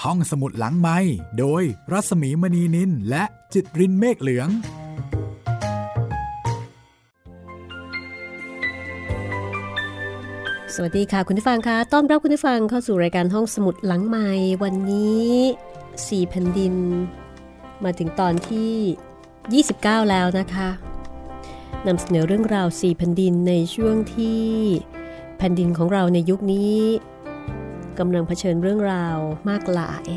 ห้องสมุดหลังไมค์โดยรัศมีมณีนินและจิตรินเมฆเหลืองสวัสดีค่ะคุณผู้ฟังคะต้อนรับคุณผู้ฟังเข้าสู่รายการห้องสมุดหลังไมค์วันนี้4แผ่นดินมาถึงตอนที่29แล้วนะคะนำเสนอเรื่องราว4แผ่นดินในช่วงที่แผ่นดินของเราในยุคนี้กำลังเผชิญเรื่องราวมากหลาย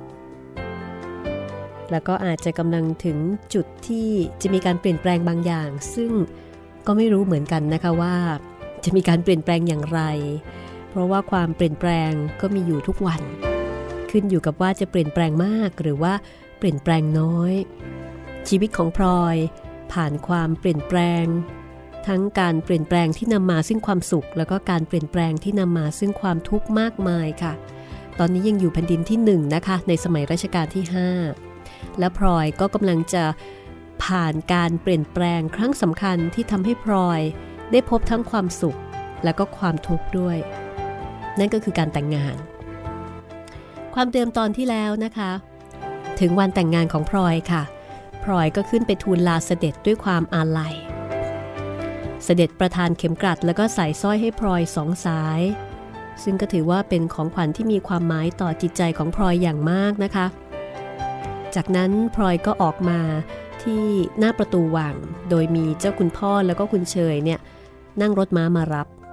แล้วก็อาจจะกำลังถึงจุดที่จะมีการเปลี่ยนแปลงบางอย่างซึ่งก็ไม่รู้เหมือนกันนะคะว่าจะมีการเปลี่ยนแปลงอย่างไรเพราะว่าความเปลี่ยนแปลงก็มีอยู่ทุกวันขึ้นอยู่กับว่าจะเปลี่ยนแปลงมากหรือว่าเปลี่ยนแปลงน้อยชีวิตของพลอยผ่านความเปลี่ยนแปลงทั้งการเปลี่ยนแปลงที่นำมาซึ่งความสุขแล้วก็การเปลี่ยนแปลงที่นำมาซึ่งความทุกข์มากมายค่ะตอนนี้ยังอยู่แผ่นดินที่1นะคะในสมัยรัชกาลที่5และพลอยก็กำลังจะผ่านการเปลี่ยนแปลงครั้งสำคัญที่ทำให้พลอยได้พบทั้งความสุขและก็ความทุกข์ด้วยนั่นก็คือการแต่งงานความเดิมตอนที่แล้วนะคะถึงวันแต่งงานของพลอยค่ะพลอยก็ขึ้นไปทูลลาเสด็จด้วยความอาลัยเสด็จประทานเข็มกลัดแล้วก็ใส่สร้อยให้พลอย2 สายซึ่งก็ถือว่าเป็นของขวัญที่มีความหมายต่อจิตใจของพลอยอย่างมากนะคะจากนั้นพลอยก็ออกมาที่หน้าประตูวังโดยมีเจ้าคุณพ่อแล้วก็คุณเชยเนี่ยนั่งรถม้ามา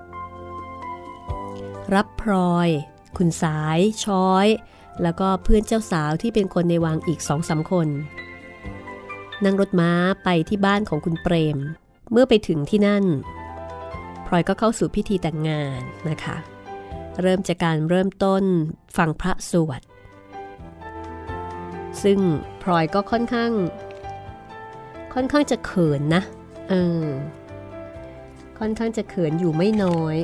รับพลอยคุณสายช้อยแล้วก็เพื่อนเจ้าสาวที่เป็นคนในวังอีก 2-3 คนนั่งรถม้าไปที่บ้านของคุณเปรมเมื่อไปถึงที่นั่นพลอยก็เข้าสู่พิธีแต่งงานนะคะเริ่มจากการเริ่มต้นฟังพระสวดซึ่งพลอยก็ค่อนข้างจะเขินนะค่อนข้างจะเขินอยู่ไม่น้อย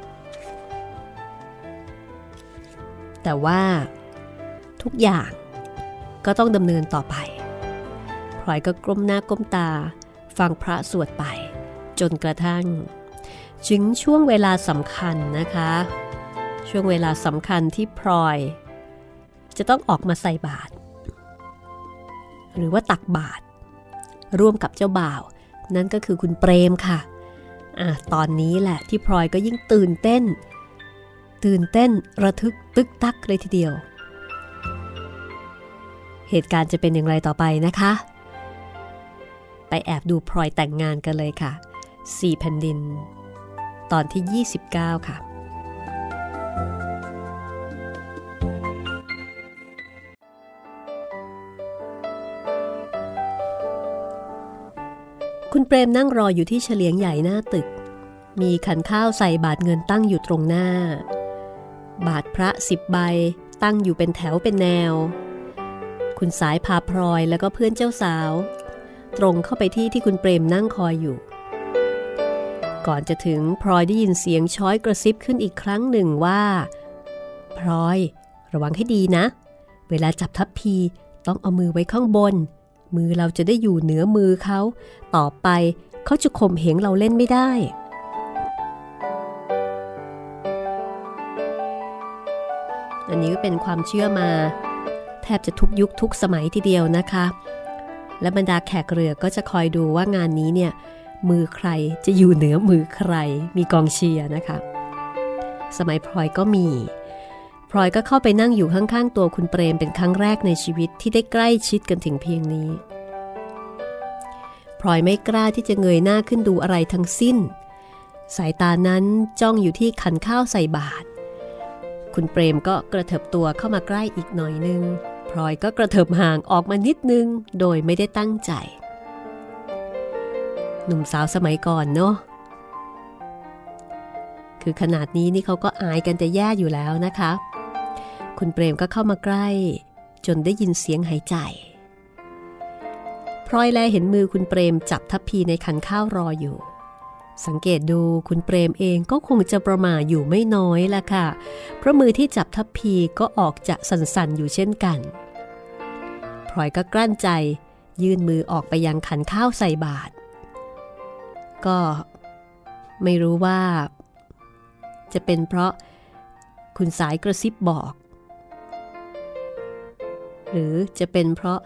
แต่ว่าทุกอย่างก็ต้องดำเนินต่อไปพลอยก็ก้มหน้าก้มตาฟังพระสวดไปจนกระทั่งถึงช่วงเวลาสำคัญนะคะช่วงเวลาสำคัญที่พลอยจะต้องออกมาใส่บาตรหรือว่าตักบาตรร่วมกับเจ้าบ่าวนั่นก็คือคุณเปรมค่ะตอนนี้แหละที่พลอยก็ยิ่งตื่นเต้นระทึกตึกตักเลยทีเดียวเหตุการณ์จะเป็นอย่างไรต่อไปนะคะไปแอบดูพลอยแต่งงานกันเลยค่ะ4แผ่นดินตอนที่29ค่ะคุณเปรมนั่งรออยู่ที่เฉลียงใหญ่หน้าตึกมีขันข้าวใส่บาทเงินตั้งอยู่ตรงหน้าบาทพระ10 ใบตั้งอยู่เป็นแถวเป็นแนวคุณสายพาพลอยแล้วก็เพื่อนเจ้าสาวตรงเข้าไปที่คุณเปรมนั่งคอยอยู่ก่อนจะถึงพลอยได้ยินเสียงช้อยกระซิบขึ้นอีกครั้งหนึ่งว่าพลอยระวังให้ดีนะเวลาจับทัพพีต้องเอามือไว้ข้างบนมือเราจะได้อยู่เหนือมือเขาต่อไปเขาจะข่มเหงเราเล่นไม่ได้อันนี้ก็เป็นความเชื่อมาแทบจะทุกยุคทุกสมัยทีเดียวนะคะและบรรดาแขกเรือก็จะคอยดูว่างานนี้เนี่ยมือใครจะอยู่เหนือมือใครมีกองเชียร์นะคะสมัยพลอยก็มีพลอยก็เข้าไปนั่งอยู่ข้างๆตัวคุณเปรมเป็นครั้งแรกในชีวิตที่ได้ใกล้ชิดกันถึงเพียงนี้พลอยไม่กล้าที่จะเงยหน้าขึ้นดูอะไรทั้งสิ้นสายตานั้นจ้องอยู่ที่ขันข้าวใส่บาตรคุณเปรมก็กระเถิบตัวเข้ามาใกล้อีกหน่อยนึงพลอยก็กระเถิบห่างออกมานิดนึงโดยไม่ได้ตั้งใจหนุ่มสาวสมัยก่อนเนาะคือขนาดนี้นี่เขาก็อายกันจะแย่อยู่แล้วนะคะคุณเปรมก็เข้ามาใกล้จนได้ยินเสียงหายใจพลอยแลเห็นมือคุณเปรมจับทัพพีในขันข้าวรออยู่สังเกตดูคุณเปรมเองก็คงจะประหม่าอยู่ไม่น้อยล่ะค่ะเพราะมือที่จับทัพพีก็ออกจะสั่นๆอยู่เช่นกันพลอยก็กลั้นใจยื่นมือออกไปยังขันข้าวใส่บาตรก็ไม่รู้ว่าจะเป็นเพราะคุณสายกระซิบบอกหรือจะเป็นเพราะ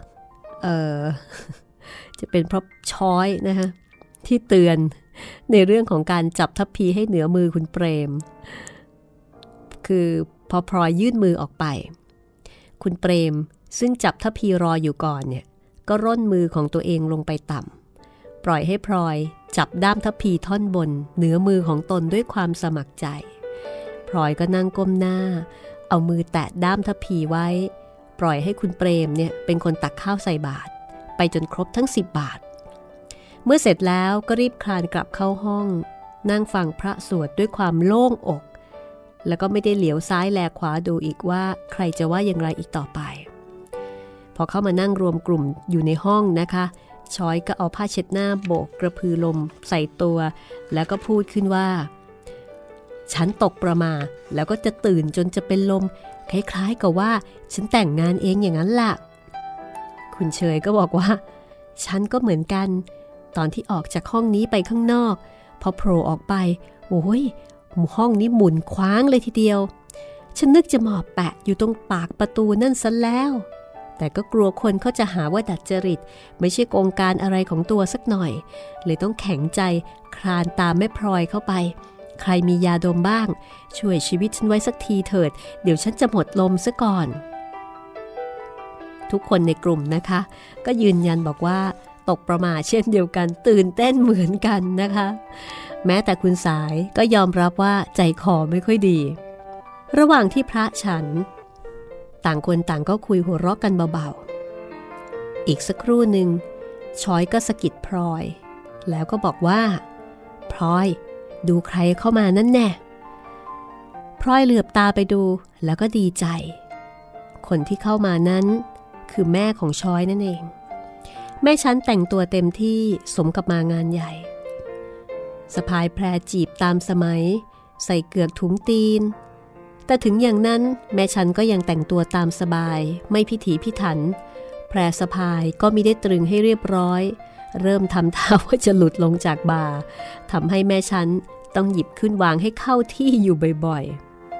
จะเป็นเพราะช้อยนะคะที่เตือนในเรื่องของการจับทัพพีให้เหนือมือคุณเปรมคือพอพลอยยื่นมือออกไปคุณเปรมซึ่งจับทัพพีรออยู่ก่อนเนี่ยก็ร่นมือของตัวเองลงไปต่ำปล่อยให้พลอยจับด้ามทัพพีท่อนบนเหนือมือของตนด้วยความสมัครใจพลอยก็นั่งก้มหน้าเอามือแตะด้ามทัพพีไว้ปล่อยให้คุณเปรมเนี่ยเป็นคนตักข้าวใส่บาตรไปจนครบทั้ง10 บาทเมื่อเสร็จแล้วก็รีบคลานกลับเข้าห้องนั่งฟังพระสวดด้วยความโล่งอกแล้วก็ไม่ได้เหลียวซ้ายแลขวาดูอีกว่าใครจะว่าอย่างไรอีกต่อไปพอเข้ามานั่งรวมกลุ่มอยู่ในห้องนะคะช้อยก็เอาผ้าเช็ดหน้าโบกกระพือลมใส่ตัวแล้วก็พูดขึ้นว่าฉันตกประมาแล้วก็จะตื่นจนจะเป็นลมคล้ายๆกับว่าฉันแต่งงานเองอย่างนั้นล่ะคุณเฉยก็บอกว่าฉันก็เหมือนกันตอนที่ออกจากห้องนี้ไปข้างนอกพอโผล่ออกไปโอ้ยห้องนี้หมุนคว้างเลยทีเดียวฉันนึกจะหมอบแปะอยู่ตรงปากประตูนั่นซะแล้วแต่ก็กลัวคนเขาจะหาว่าดัดจริตไม่ใช่โกงการอะไรของตัวสักหน่อยเลยต้องแข็งใจคลานตามแม่พลอยเข้าไปใครมียาดมบ้างช่วยชีวิตฉันไว้สักทีเถิดเดี๋ยวฉันจะหมดลมซะก่อนทุกคนในกลุ่มนะคะก็ยืนยันบอกว่าตกประมาทเช่นเดียวกันตื่นเต้นเหมือนกันนะคะแม้แต่คุณสายก็ยอมรับว่าใจคอไม่ค่อยดีระหว่างที่พระฉันต่างคนต่างก็คุยหัวเราะกันเบาๆอีกสักครู่หนึ่งช้อยก็สะกิดพลอยแล้วก็บอกว่าพลอยดูใครเข้ามานั่นแน่พลอยเหลือบตาไปดูแล้วก็ดีใจคนที่เข้ามานั้นคือแม่ของช้อยนั่นเองแม่ฉันแต่งตัวเต็มที่สมกับมางานใหญ่สะพายแพรจีบตามสมัยใส่เกือกถุงตีนแต่ถึงอย่างนั้นแม่ฉันก็ยังแต่งตัวตามสบายไม่พิถีพิถันแพรสะพายก็มิได้ตรึงให้เรียบร้อยเริ่มทำท่าว่าจะหลุดลงจากบ่าทำให้แม่ฉันต้องหยิบขึ้นวางให้เข้าที่อยู่บ่อย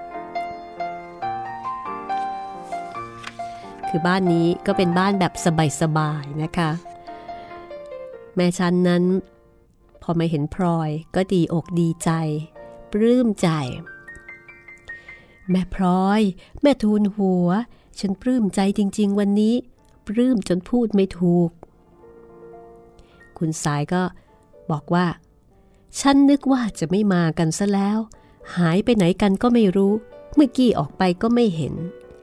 ๆคือบ้านนี้ก็เป็นบ้านแบบสบายๆนะคะแม่ฉันนั้นพอมาเห็นพลอยก็ดีอกดีใจปลื้มใจแม่พลอยแม่ทูลหัวฉันปลื้มใจจริงๆวันนี้ปลื้มจนพูดไม่ถูกคุณสายก็บอกว่าฉันนึกว่าจะไม่มากันซะแล้วหายไปไหนกันก็ไม่รู้เมื่อกี้ออกไปก็ไม่เห็น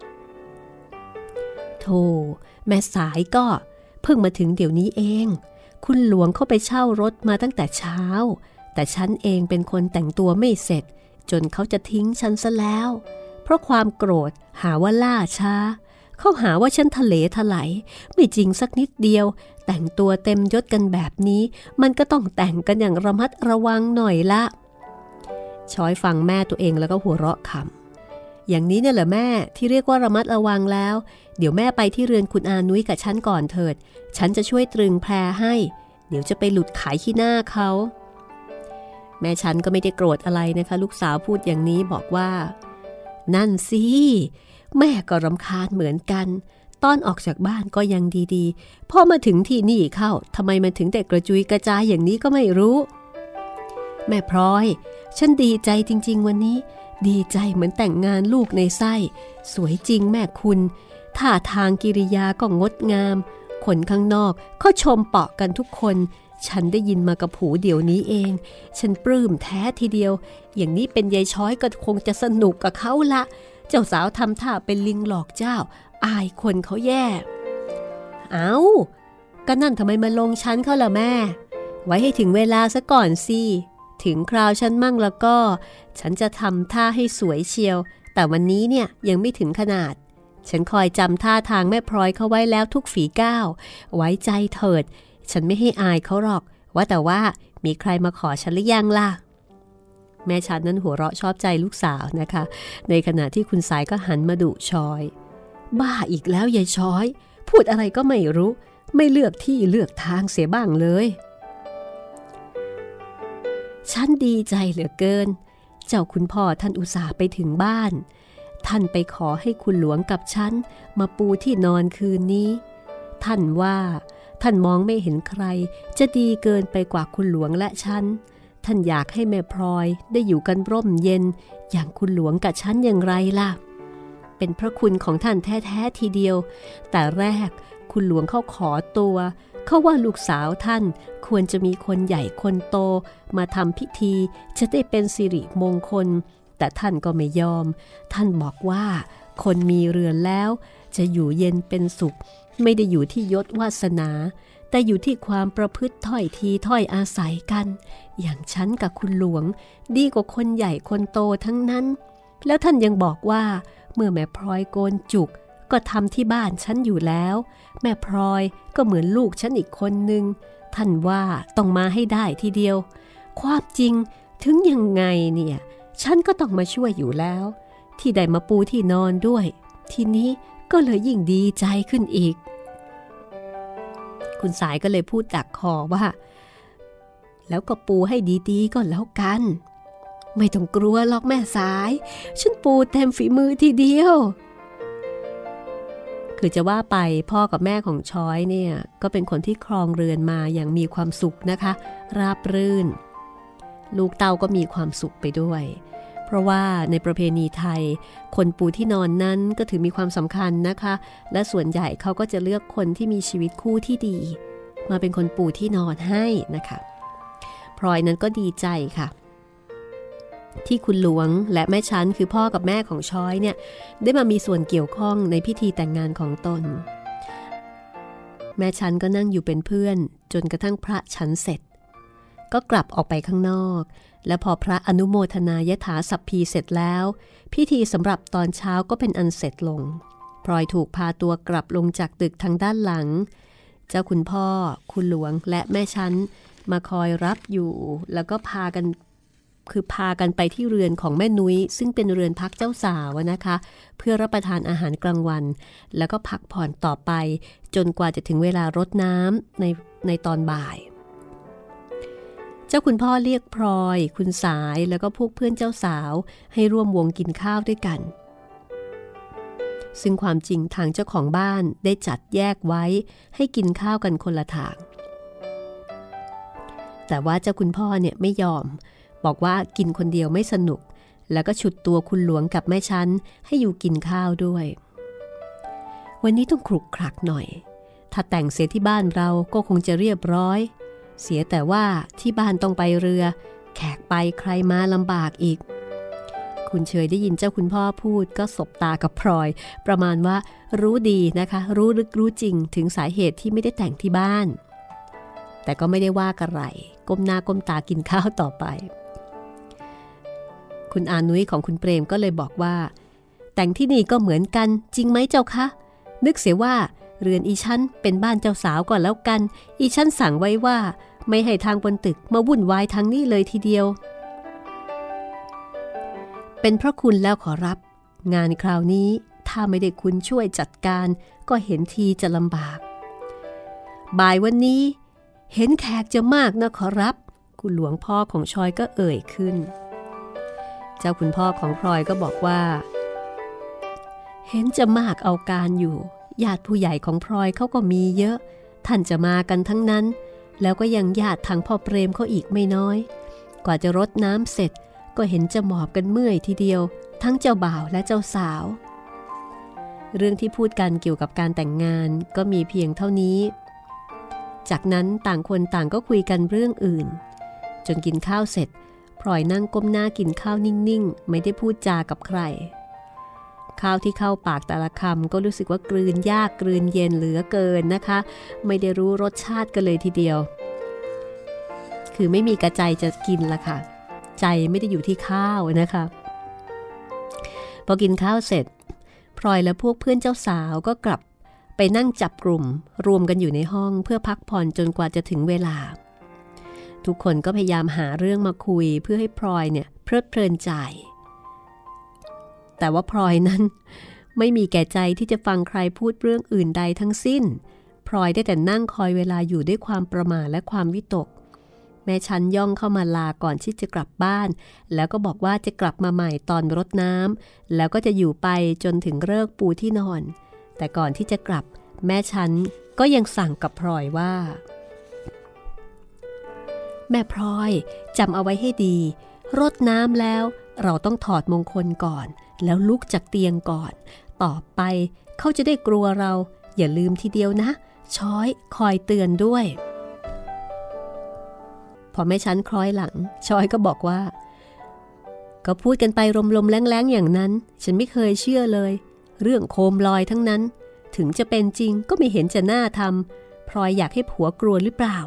โธ่แม่สายก็เพิ่งมาถึงเดี๋ยวนี้เองคุณหลวงเข้าไปเช่ารถมาตั้งแต่เช้าแต่ฉันเองเป็นคนแต่งตัวไม่เสร็จจนเขาจะทิ้งฉันซะแล้วเพราะความโกรธหาว่าล่าช้าเขาหาว่าฉันทะเลถลายไม่จริงสักนิดเดียวแต่งตัวเต็มยศกันแบบนี้มันก็ต้องแต่งกันอย่างระมัดระวังหน่อยละช้อยฟังแม่ตัวเองแล้วก็หัวเราะขำอย่างนี้เนี่ยเหรอแม่ที่เรียกว่าระมัดระวังแล้วเดี๋ยวแม่ไปที่เรือนคุณอานุ้ยกับฉันก่อนเถิดฉันจะช่วยตรึงแพรให้เดี๋ยวจะไปหลุดขายขี้หน้าเขาแม่ฉันก็ไม่ได้โกรธอะไรนะคะลูกสาวพูดอย่างนี้บอกว่านั่นสิแม่ก็รำคาญเหมือนกันตอนออกจากบ้านก็ยังดีๆพอมาถึงที่นี่เข้าทำไมมันถึงแต่กระจุยกระจายอย่างนี้ก็ไม่รู้แม่พลอยฉันดีใจจริงๆวันนี้ดีใจเหมือนแต่งงานลูกในไส้สวยจริงแม่คุณท่าทางกิริยาก็งดงามคนข้างนอกเขาชมเปาะกันทุกคนฉันได้ยินมากับหูเดี๋ยวนี้เองฉันปลื้มแท้ทีเดียวอย่างนี้เป็นยายช้อยก็คงจะสนุกกับเขาละเจ้าสาวทำท่าเป็นลิงหลอกเจ้าอายคนเขาแย่เอาก็นั่นทำไมมาลงชั้นเขาล่ะแม่ไว้ให้ถึงเวลาซะก่อนสิถึงคราวฉันมั่งแล้วก็ฉันจะทำท่าให้สวยเชียวแต่วันนี้เนี่ยยังไม่ถึงขนาดฉันคอยจำท่าทางแม่พลอยเขาไว้แล้วทุกฝีก้าวไว้ใจเถิดฉันไม่ให้อายเขาหรอกว่าแต่ว่ามีใครมาขอฉันหรือยังล่ะแม่ฉันนั้นหัวเราะชอบใจลูกสาวนะคะในขณะที่คุณสายก็หันมาดุช้อยบ้าอีกแล้วยายช้อยพูดอะไรก็ไม่รู้ไม่เลือกที่เลือกทางเสียบ้างเลยฉันดีใจเหลือเกินเจ้าคุณพ่อท่านอุตส่าห์ไปถึงบ้านท่านไปขอให้คุณหลวงกับฉันมาปูที่นอนคืนนี้ท่านว่าท่านมองไม่เห็นใครจะดีเกินไปกว่าคุณหลวงและฉันท่านอยากให้แม่พลอยได้อยู่กันร่มเย็นอย่างคุณหลวงกับฉันอย่างไรล่ะเป็นพระคุณของท่านแท้ๆทีเดียวแต่แรกคุณหลวงเขาขอตัวเขาว่าลูกสาวท่านควรจะมีคนใหญ่คนโตมาทำพิธีจะได้เป็นสิริมงคลแต่ท่านก็ไม่ยอมท่านบอกว่าคนมีเรือนแล้วจะอยู่เย็นเป็นสุขไม่ได้อยู่ที่ยศวาสนาแต่อยู่ที่ความประพฤติถ้อยทีถ้อยอาศัยกันอย่างฉันกับคุณหลวงดีกว่าคนใหญ่คนโตทั้งนั้นแล้วท่านยังบอกว่าเมื่อแม่พลอยโกนจุกก็ทำที่บ้านฉันอยู่แล้วแม่พลอยก็เหมือนลูกฉันอีกคนนึงท่านว่าต้องมาให้ได้ทีเดียวความจริงถึงยังไงเนี่ยฉันก็ต้องมาช่วยอยู่แล้วที่ได้มาปูที่นอนด้วยทีนี้ก็เลยยิ่งดีใจขึ้นอีกคุณสายก็เลยพูดดักคอว่าแล้วก็ปูให้ดีๆก็แล้วกันไม่ต้องกลัวหรอกแม่สายฉันปูเต็มฝีมือทีเดียวคือจะว่าไปพ่อกับแม่ของช้อยเนี่ยก็เป็นคนที่ครองเรือนมาอย่างมีความสุขนะคะราบรื่นลูกเต้าก็มีความสุขไปด้วยเพราะว่าในประเพณีไทยคนปูที่นอนนั้นก็ถือมีความสำคัญนะคะและส่วนใหญ่เขาก็จะเลือกคนที่มีชีวิตคู่ที่ดีมาเป็นคนปูที่นอนให้นะคะพลอยนั้นก็ดีใจค่ะที่คุณหลวงและแม่ชั้นคือพ่อกับแม่ของช้อยเนี่ยได้มามีส่วนเกี่ยวข้องในพิธีแต่งงานของตนแม่ชั้นก็นั่งอยู่เป็นเพื่อนจนกระทั่งพระฉันเสร็จก็กลับออกไปข้างนอกและพอพระอนุโมทนายถาสัพพีเสร็จแล้วพิธีสำหรับตอนเช้าก็เป็นอันเสร็จลงพลอยถูกพาตัวกลับลงจากตึกทางด้านหลังเจ้าคุณพ่อคุณหลวงและแม่ชั้นมาคอยรับอยู่แล้วก็พากันไปที่เรือนของแม่นุ้ยซึ่งเป็นเรือนพักเจ้าสาวนะคะเพื่อรับประทานอาหารกลางวันแล้วก็พักผ่อนต่อไปจนกว่าจะถึงเวลารดน้ำในตอนบ่ายเจ้าคุณพ่อเรียกพลอยคุณสายแล้วก็พวกเพื่อนเจ้าสาวให้ร่วมวงกินข้าวด้วยกันซึ่งความจริงทางเจ้าของบ้านได้จัดแยกไว้ให้กินข้าวกันคนละทางแต่ว่าเจ้าคุณพ่อเนี่ยไม่ยอมบอกว่ากินคนเดียวไม่สนุกแล้วก็ฉุดตัวคุณหลวงกับแม่ชั้นให้อยู่กินข้าวด้วยวันนี้ต้องขรุกขลักหน่อยถ้าแต่งเสียที่บ้านเราก็คงจะเรียบร้อยเสียแต่ว่าที่บ้านต้องไปเรือแขกไปใครมาลำบากอีกคุณเฉยได้ยินเจ้าคุณพ่อพูดก็สบตากับพลอยประมาณว่ารู้ดีนะคะรู้ลึกรู้จริงถึงสาเหตุที่ไม่ได้แต่งที่บ้านแต่ก็ไม่ได้ว่าอะไรก้มหน้าก้มตากินข้าวต่อไปคุณอานุ้ยของคุณเปรมก็เลยบอกว่าแต่งที่นี่ก็เหมือนกันจริงไหมเจ้าคะนึกเสียว่าเรือนอีชั้นเป็นบ้านเจ้าสาวก่อนแล้วกันอีชั้นสั่งไว้ว่าไม่ให้ทางบนตึกมาวุ่นวายทางนี้เลยทีเดียวเป็นเพราะคุณแล้วขอรับงานคราวนี้ถ้าไม่ได้คุณช่วยจัดการก็เห็นทีจะลำบากบ่ายวันนี้เห็นแขกจะมากนะขอรับคุณหลวงพ่อของชอยก็เอ่ยขึ้นเจ้าคุณพ่อของพลอยก็บอกว่าเห็นจะมากเอาการอยู่ญาติผู้ใหญ่ของพลอยเขาก็มีเยอะท่านจะมากันทั้งนั้นแล้วก็ยังญาติทางพ่อเปรมเขาอีกไม่น้อยกว่าจะรดน้ำเสร็จก็เห็นจะหมอบกันเมื่อยทีเดียวทั้งเจ้าบ่าวและเจ้าสาวเรื่องที่พูดกันเกี่ยวกับการแต่งงานก็มีเพียงเท่านี้จากนั้นต่างคนต่างก็คุยกันเรื่องอื่นจนกินข้าวเสร็จพลอยนั่งก้มหน้ากินข้าวนิ่งๆไม่ได้พูดจากับใครข้าวที่เข้าปากแต่ละคำก็รู้สึกว่ากลืนยากกลืนเย็นเหลือเกินนะคะไม่ได้รู้รสชาติกันเลยทีเดียวคือไม่มีกระใจจะกินละค่ะใจไม่ได้อยู่ที่ข้าวนะคะพอกินข้าวเสร็จพลอยและพวกเพื่อนเจ้าสาวก็กลับไปนั่งจับกลุ่มรวมกันอยู่ในห้องเพื่อพักผ่อนจนกว่าจะถึงเวลาทุกคนก็พยายามหาเรื่องมาคุยเพื่อให้พลอยเนี่ยเพลิดเพลินใจแต่ว่าพลอยนั้นไม่มีแก่ใจที่จะฟังใครพูดเรื่องอื่นใดทั้งสิ้นพลอยได้แต่นั่งคอยเวลาอยู่ด้วยความประหม่าและความวิตกแม่ฉันย่องเข้ามาลาก่อนที่จะกลับบ้านแล้วก็บอกว่าจะกลับมาใหม่ตอนรดน้ำแล้วก็จะอยู่ไปจนถึงฤกษ์ปูที่นอนแต่ก่อนที่จะกลับแม่ฉันก็ยังสั่งกับพลอยว่าแม่พลอยจำเอาไว้ให้ดีรดน้ำแล้วเราต้องถอดมงคลก่อนแล้วลุกจากเตียงก่อนต่อไปเขาจะได้กลัวเราอย่าลืมทีเดียวนะช้อยคอยเตือนด้วยพอแม่ฉันคล้อยหลังช้อยก็บอกว่าก็พูดกันไปลมๆแล้งๆอย่างนั้นฉันไม่เคยเชื่อเลยเรื่องโคมลอยทั้งนั้นถึงจะเป็นจริงก็ไม่เห็นจะน่าทำพลอยอยากให้ผัวกลัวหรือเปล่า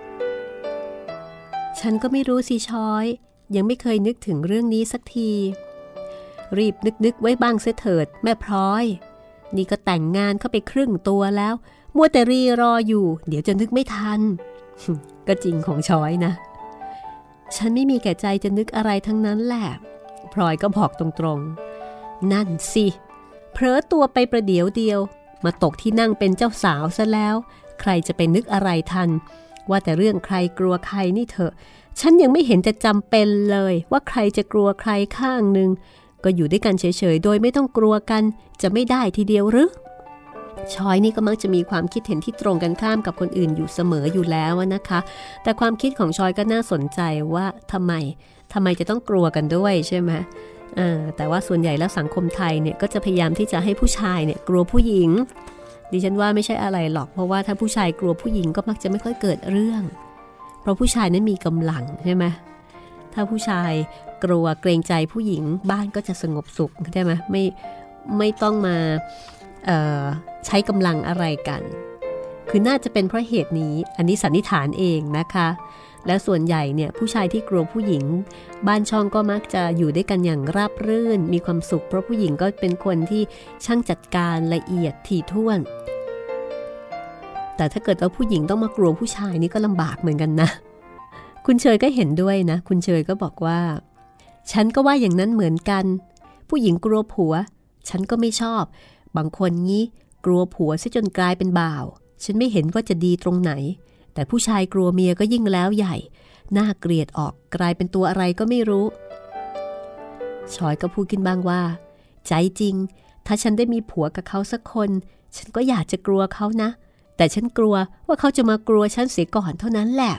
ฉันก็ไม่รู้สิช้อยยังไม่เคยนึกถึงเรื่องนี้สักทีรีบนึกไว้บ้างเสียเถิดแม่พลอยนี่ก็แต่งงานเข้าไปครึ่งตัวแล้วมัวแต่รีรออยู่เดี๋ยวจะนึกไม่ทัน ก็จริงของช้อยนะฉันไม่มีแก่ใจจะนึกอะไรทั้งนั้นแหละพลอยก็บอกตรงๆนั่นสิเผลอตัวไปประเดี๋ยวเดียวมาตกที่นั่งเป็นเจ้าสาวซะแล้วใครจะไปนึกอะไรทันว่าแต่เรื่องใครกลัวใครนี่เถอะฉันยังไม่เห็นจะจำเป็นเลยว่าใครจะกลัวใครข้างหนึ่งก็อยู่ด้วยกันเฉยๆโดยไม่ต้องกลัวกันจะไม่ได้ทีเดียวหรือช้อยนี่ก็มักจะมีความคิดเห็นที่ตรงกันข้ามกับคนอื่นอยู่เสมออยู่แล้วนะคะแต่ความคิดของช้อยก็น่าสนใจว่าทำไมจะต้องกลัวกันด้วยใช่ไหมแต่ว่าส่วนใหญ่แล้วสังคมไทยเนี่ยก็จะพยายามที่จะให้ผู้ชายเนี่ยกลัวผู้หญิงดิฉันว่าไม่ใช่อะไรหรอกเพราะว่าถ้าผู้ชายกลัวผู้หญิงก็มักจะไม่ค่อยเกิดเรื่องเพราะผู้ชายนั้นมีกำลังใช่ไหมถ้าผู้ชายกลัวเกรงใจผู้หญิงบ้านก็จะสงบสุขใช่ไหมไม่ต้องมาใช้กำลังอะไรกันคือน่าจะเป็นเพราะเหตุนี้อันนี้สันนิษฐานเองนะคะและส่วนใหญ่เนี่ยผู้ชายที่กลัวผู้หญิงบ้านช่องก็มักจะอยู่ด้วยกันอย่างราบรื่นมีความสุขเพราะผู้หญิงก็เป็นคนที่ช่างจัดการละเอียดถี่ถ้วนแต่ถ้าเกิดว่าผู้หญิงต้องมากลัวผู้ชายนี่ก็ลำบากเหมือนกันนะคุณเชยก็เห็นด้วยนะคุณเชยก็บอกว่าฉันก็ว่าอย่างนั้นเหมือนกันผู้หญิงกลัวผัวฉันก็ไม่ชอบบางคนงี้กลัวผัวซะจนกลายเป็นบ่าวฉันไม่เห็นว่าจะดีตรงไหนแต่ผู้ชายกลัวเมียก็ยิ่งแล้วใหญ่น่าเกลียดออกกลายเป็นตัวอะไรก็ไม่รู้ชอยก็พูดขึ้นบ้างว่าใจจริงถ้าฉันได้มีผัวกับเขาสักคนฉันก็อยากจะกลัวเขานะแต่ฉันกลัวว่าเขาจะมากลัวฉันเสียก่อนเท่านั้นแหละ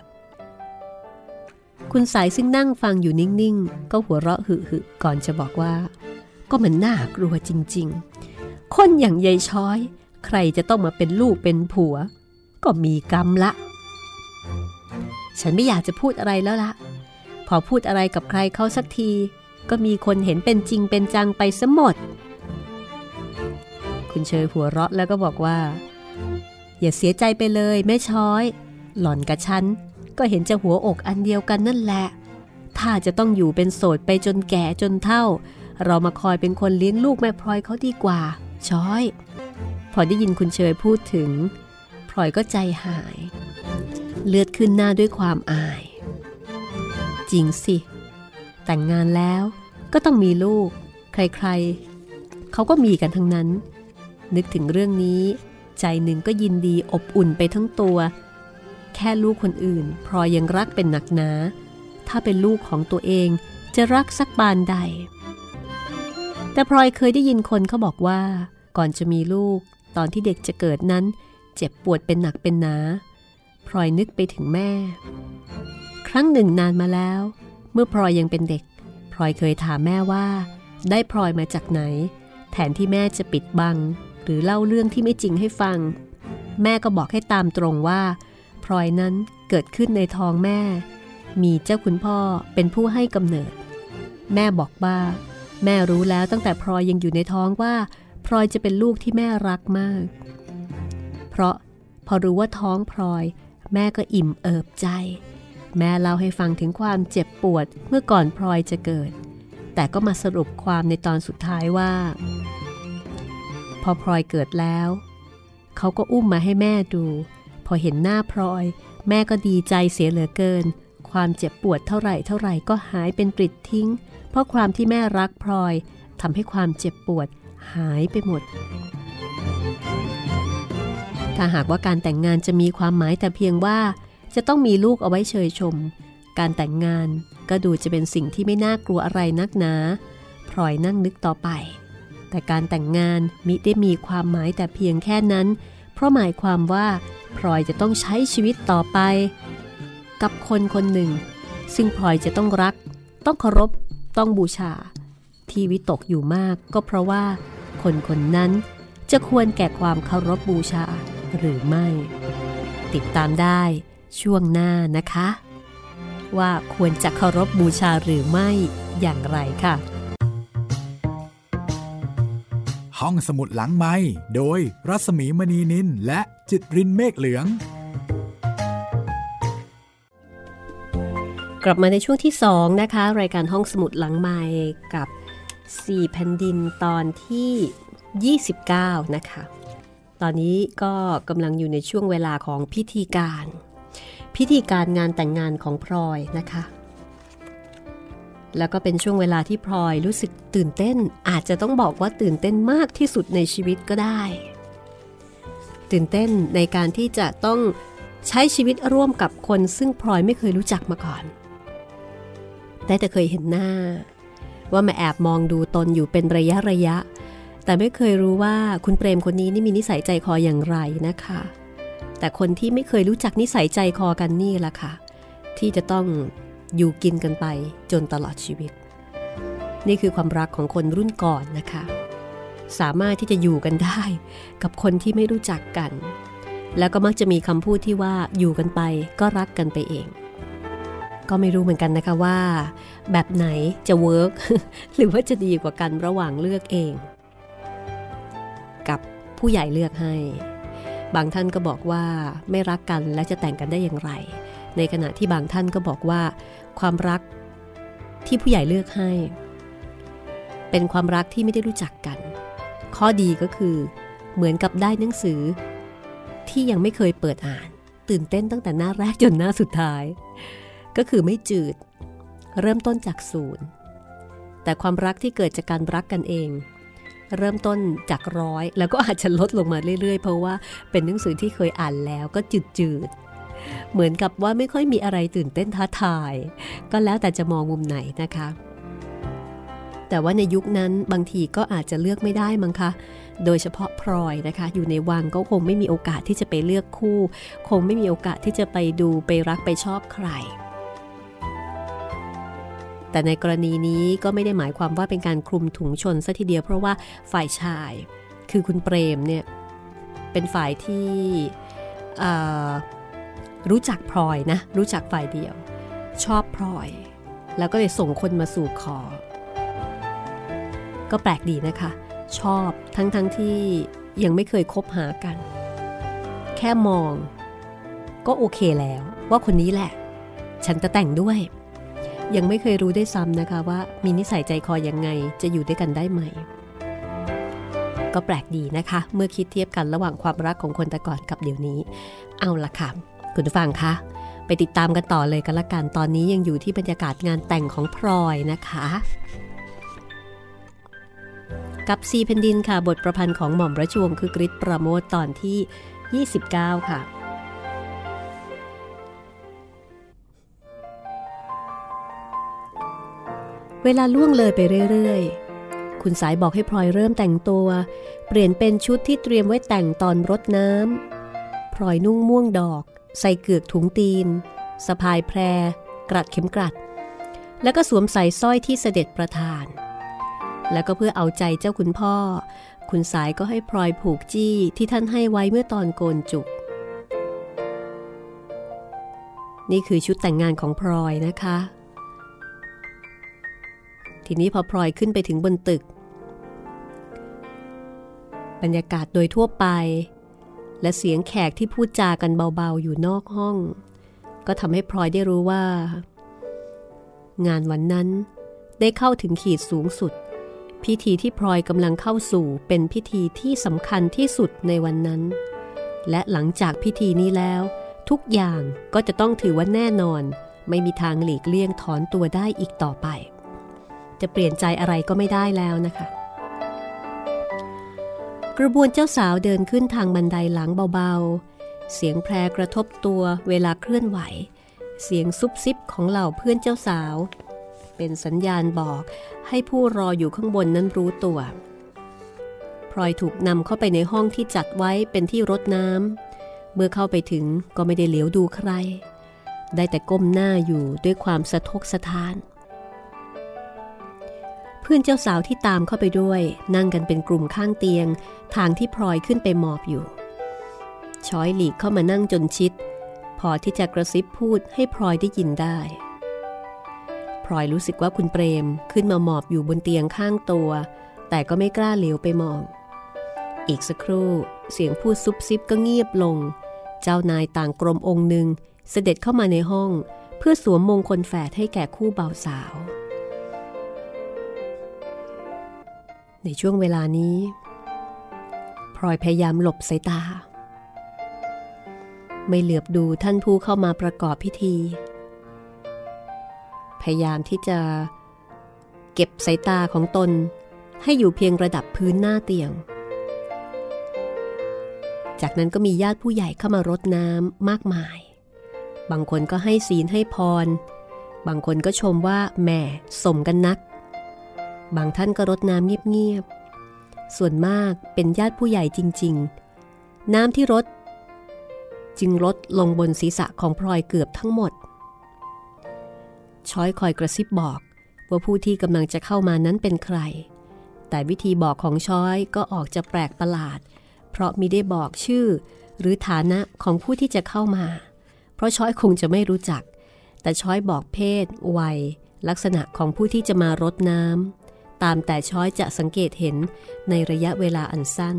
คุณสายซึ่งนั่งฟังอยู่นิ่งๆก็หัวเราะหึๆก่อนจะบอกว่าก็มันน่ากลัวจริงๆคนอย่างยายช้อยใครจะต้องมาเป็นลูกเป็นผัวก็มีกรรมละฉันไม่อยากจะพูดอะไรแล้วละพอพูดอะไรกับใครเขาสักทีก็มีคนเห็นเป็นจริงเป็นจังไปซะหมดคุณเชยหัวเราะแล้วก็บอกว่าอย่าเสียใจไปเลยแม่ช้อยหล่อนกับฉันก็เห็นจะหัวอกอันเดียวกันนั่นแหละถ้าจะต้องอยู่เป็นโสดไปจนแก่จนเฒ่าเรามาคอยเป็นคนเลี้ยงลูกแม่พลอยเขาดีกว่าช้อยพอได้ยินคุณเชยพูดถึงพลอยก็ใจหายเลือดขึ้นหน้าด้วยความอายจริงสิแต่งงานแล้วก็ต้องมีลูกใครๆเขาก็มีกันทั้งนั้นนึกถึงเรื่องนี้ใจหนึ่งก็ยินดีอบอุ่นไปทั้งตัวแค่ลูกคนอื่นพลอยยังรักเป็นหนักหนาถ้าเป็นลูกของตัวเองจะรักสักปานใดแต่พลอยเคยได้ยินคนเขาบอกว่าก่อนจะมีลูกตอนที่เด็กจะเกิดนั้นเจ็บปวดเป็นหนักเป็นหนาพลอยนึกไปถึงแม่ครั้งหนึ่งนานมาแล้วเมื่อพลอยยังเป็นเด็กพลอยเคยถามแม่ว่าได้พลอยมาจากไหนแทนที่แม่จะปิดบังหรือเล่าเรื่องที่ไม่จริงให้ฟังแม่ก็บอกให้ตามตรงว่าพลอยนั้นเกิดขึ้นในท้องแม่มีเจ้าคุณพ่อเป็นผู้ให้กำเนิดแม่บอกว่าแม่รู้แล้วตั้งแต่พลอยยังอยู่ในท้องว่าพลอยจะเป็นลูกที่แม่รักมากเพราะพอรู้ว่าท้องพลอยแม่ก็อิ่มเอิบใจแม่เล่าให้ฟังถึงความเจ็บปวดเมื่อก่อนพลอยจะเกิดแต่ก็มาสรุปความในตอนสุดท้ายว่าพอพลอยเกิดแล้วเขาก็อุ้มมาให้แม่ดูพอเห็นหน้าพลอยแม่ก็ดีใจเสียเหลือเกินความเจ็บปวดเท่าไหร่ก็หายเป็นปลิดทิ้งเพราะความที่แม่รักพลอยทำให้ความเจ็บปวดหายไปหมดถ้าหากว่าการแต่งงานจะมีความหมายแต่เพียงว่าจะต้องมีลูกเอาไว้เชยชมการแต่งงานก็ดูจะเป็นสิ่งที่ไม่น่ากลัวอะไรนักหนาพลอยนั่งนึกต่อไปแต่การแต่งงานมิได้มีความหมายแต่เพียงแค่นั้นเพราะหมายความว่าพลอยจะต้องใช้ชีวิตต่อไปกับคนคนหนึ่งซึ่งพลอยจะต้องรักต้องเคารพต้องบูชาที่วิตกอยู่มากก็เพราะว่าคนคนนั้นจะควรแก่ความเคารพบูชาหรือไม่ติดตามได้ช่วงหน้านะคะว่าควรจะเคารพบูชาหรือไม่อย่างไรค่ะห้องสมุดหลังไมค์โดยรัศมีมณีนินและจิตรินเมฆเหลืองกลับมาในช่วงที่2นะคะรายการห้องสมุดหลังไมค์กับ4แผ่นดินตอนที่29นะคะตอนนี้ก็กำลังอยู่ในช่วงเวลาของพิธีการงานแต่งงานของพลอยนะคะแล้วก็เป็นช่วงเวลาที่พลอยรู้สึกตื่นเต้นอาจจะต้องบอกว่าตื่นเต้นมากที่สุดในชีวิตก็ได้ตื่นเต้นในการที่จะต้องใช้ชีวิตร่วมกับคนซึ่งพลอยไม่เคยรู้จักมาก่อนแต่เคยเห็นหน้าว่ามาแอบมองดูตนอยู่เป็นระยะแต่ไม่เคยรู้ว่าคุณเปรมคนนี้นี่มีนิสัยใจคออย่างไรนะคะแต่คนที่ไม่เคยรู้จักนิสัยใจคอกันนี่แหละค่ะที่จะต้องอยู่กินกันไปจนตลอดชีวิตนี่คือความรักของคนรุ่นก่อนนะคะสามารถที่จะอยู่กันได้กับคนที่ไม่รู้จักกันแล้วก็มักจะมีคำพูดที่ว่าอยู่กันไปก็รักกันไปเองก็ไม่รู้เหมือนกันนะคะว่าแบบไหนจะเวิร์ก หรือว่าจะดีกว่ากันระหว่างเลือกเองกับผู้ใหญ่เลือกให้บางท่านก็บอกว่าไม่รักกันแล้วจะแต่งกันได้อย่างไรในขณะที่บางท่านก็บอกว่าความรักที่ผู้ใหญ่เลือกให้เป็นความรักที่ไม่ได้รู้จักกันข้อดีก็คือเหมือนกับได้หนังสือที่ยังไม่เคยเปิดอ่านตื่นเต้นตั้งแต่หน้าแรกจนหน้าสุดท้ายก็คือไม่จืดเริ่มต้นจากศูนย์แต่ความรักที่เกิดจากการรักกันเองเริ่มต้นจาก100แล้วก็อาจจะลดลงมาเรื่อยๆเพราะว่าเป็นหนังสือที่เคยอ่านแล้วก็จืดๆเหมือนกับว่าไม่ค่อยมีอะไรตื่นเต้นท้าทายก็แล้วแต่จะมองมุมไหนนะคะแต่ว่าในยุคนั้นบางทีก็อาจจะเลือกไม่ได้มั้งคะโดยเฉพาะพลอยนะคะอยู่ในวังก็คงไม่มีโอกาสที่จะไปเลือกคู่คงไม่มีโอกาสที่จะไปดูไปรักไปชอบใครแต่ในกรณีนี้ก็ไม่ได้หมายความว่าเป็นการคลุมถุงชนซะทีเดียวเพราะว่าฝ่ายชายคือคุณเปรมเนี่ยเป็นฝ่ายที่รู้จักพลอยนะรู้จักฝ่ายเดียวชอบพลอยแล้วก็เลยส่งคนมาสู่ขอก็แปลกดีนะคะชอบทั้งที่ยังไม่เคยคบหากันแค่มองก็โอเคแล้วว่าคนนี้แหละฉันจะแต่งด้วยยังไม่เคยรู้ได้ซ้ำนะคะว่ามีนิสัยใจคอยังไงจะอยู่ด้วยกันได้ไหมก็แปลกดีนะคะเมื่อคิดเทียบกันระหว่างความรักของคนแต่ก่อนกับเดี๋ยวนี้เอาล่ะค่ะคุณผู้ฟังคะไปติดตามกันต่อเลยกันละกันตอนนี้ยังอยู่ที่บรรยากาศงานแต่งของพลอยนะคะกับ4แผ่นดินค่ะบทประพันธ์ของหม่อมราชวงศ์คือกฤษประโมทตอนที่29ค่ะเวลาล่วงเลยไปเรื่อยๆคุณสายบอกให้พลอยเริ่มแต่งตัวเปลี่ยนเป็นชุดที่เตรียมไว้แต่งตอนรดน้ำพลอยนุ่งม่วงดอกใส่เกือกถุงตีนสะพายแพรกรัดเข็มกลัดแล้วก็สวมใส่สร้อยที่เสด็จประทานแล้วก็เพื่อเอาใจเจ้าคุณพ่อคุณสายก็ให้พลอยผูกจี้ที่ท่านให้ไว้เมื่อตอนโกนจุกนี่คือชุดแต่งงานของพลอยนะคะทีนี้พอพลอยขึ้นไปถึงบนตึกบรรยากาศโดยทั่วไปและเสียงแขกที่พูดจากันเบาๆอยู่นอกห้องก็ทำให้พลอยได้รู้ว่างานวันนั้นได้เข้าถึงขีดสูงสุดพิธีที่พลอยกำลังเข้าสู่เป็นพิธีที่สำคัญที่สุดในวันนั้นและหลังจากพิธีนี้แล้วทุกอย่างก็จะต้องถือว่าแน่นอนไม่มีทางหลีกเลี่ยงถอนตัวได้อีกต่อไปจะเปลี่ยนใจอะไรก็ไม่ได้แล้วนะคะกระบวนเจ้าสาวเดินขึ้นทางบันไดหลังเบาๆเสียงแพรกระทบตัวเวลาเคลื่อนไหวเสียงซุบซิบของเหล่าเพื่อนเจ้าสาวเป็นสัญญาณบอกให้ผู้รออยู่ข้างบนนั้นรู้ตัวพลอยถูกนำเข้าไปในห้องที่จัดไว้เป็นที่รดน้ำเมื่อเข้าไปถึงก็ไม่ได้เหลียวดูใครได้แต่ก้มหน้าอยู่ด้วยความสะทกสะท้านเพื่อนเจ้าสาวที่ตามเข้าไปด้วยนั่งกันเป็นกลุ่มข้างเตียงทางที่พลอยขึ้นไปหมอบอยู่ช้อยหลีกเข้ามานั่งจนชิดพอที่จะกระซิบพูดให้พลอยได้ยินได้พลอยรู้สึกว่าคุณเปรมขึ้นมาหมอบอยู่บนเตียงข้างตัวแต่ก็ไม่กล้าเหลียวไปมองอีกสักครู่เสียงพูดซุบซิบก็เงียบลงเจ้านายต่างกรมองค์หนึ่งเสด็จเข้ามาในห้องเพื่อสวมมงคลแฝดให้แก่คู่บ่าวสาวในช่วงเวลานี้พลอยพยายามหลบสายตาไม่เหลือบดูท่านผู้เข้ามาประกอบพิธีพยายามที่จะเก็บสายตาของตนให้อยู่เพียงระดับพื้นหน้าเตียงจากนั้นก็มีญาติผู้ใหญ่เข้ามารดน้ำมากมายบางคนก็ให้ศีลให้พรบางคนก็ชมว่าแหม่สมกันนักบางท่านก็รดน้ำเงียบๆส่วนมากเป็นญาติผู้ใหญ่จริงๆน้ำที่รดจึงลดลงบนศีรษะของพลอยเกือบทั้งหมดช้อยคอยกระซิบบอกว่าผู้ที่กำลังจะเข้ามานั้นเป็นใครแต่วิธีบอกของช้อยก็ออกจะแปลกประหลาดเพราะมิได้บอกชื่อหรือฐานะของผู้ที่จะเข้ามาเพราะช้อยคงจะไม่รู้จักแต่ช้อยบอกเพศวัยลักษณะของผู้ที่จะมารดน้ำตามแต่ช้อยจะสังเกตเห็นในระยะเวลาอันสั้น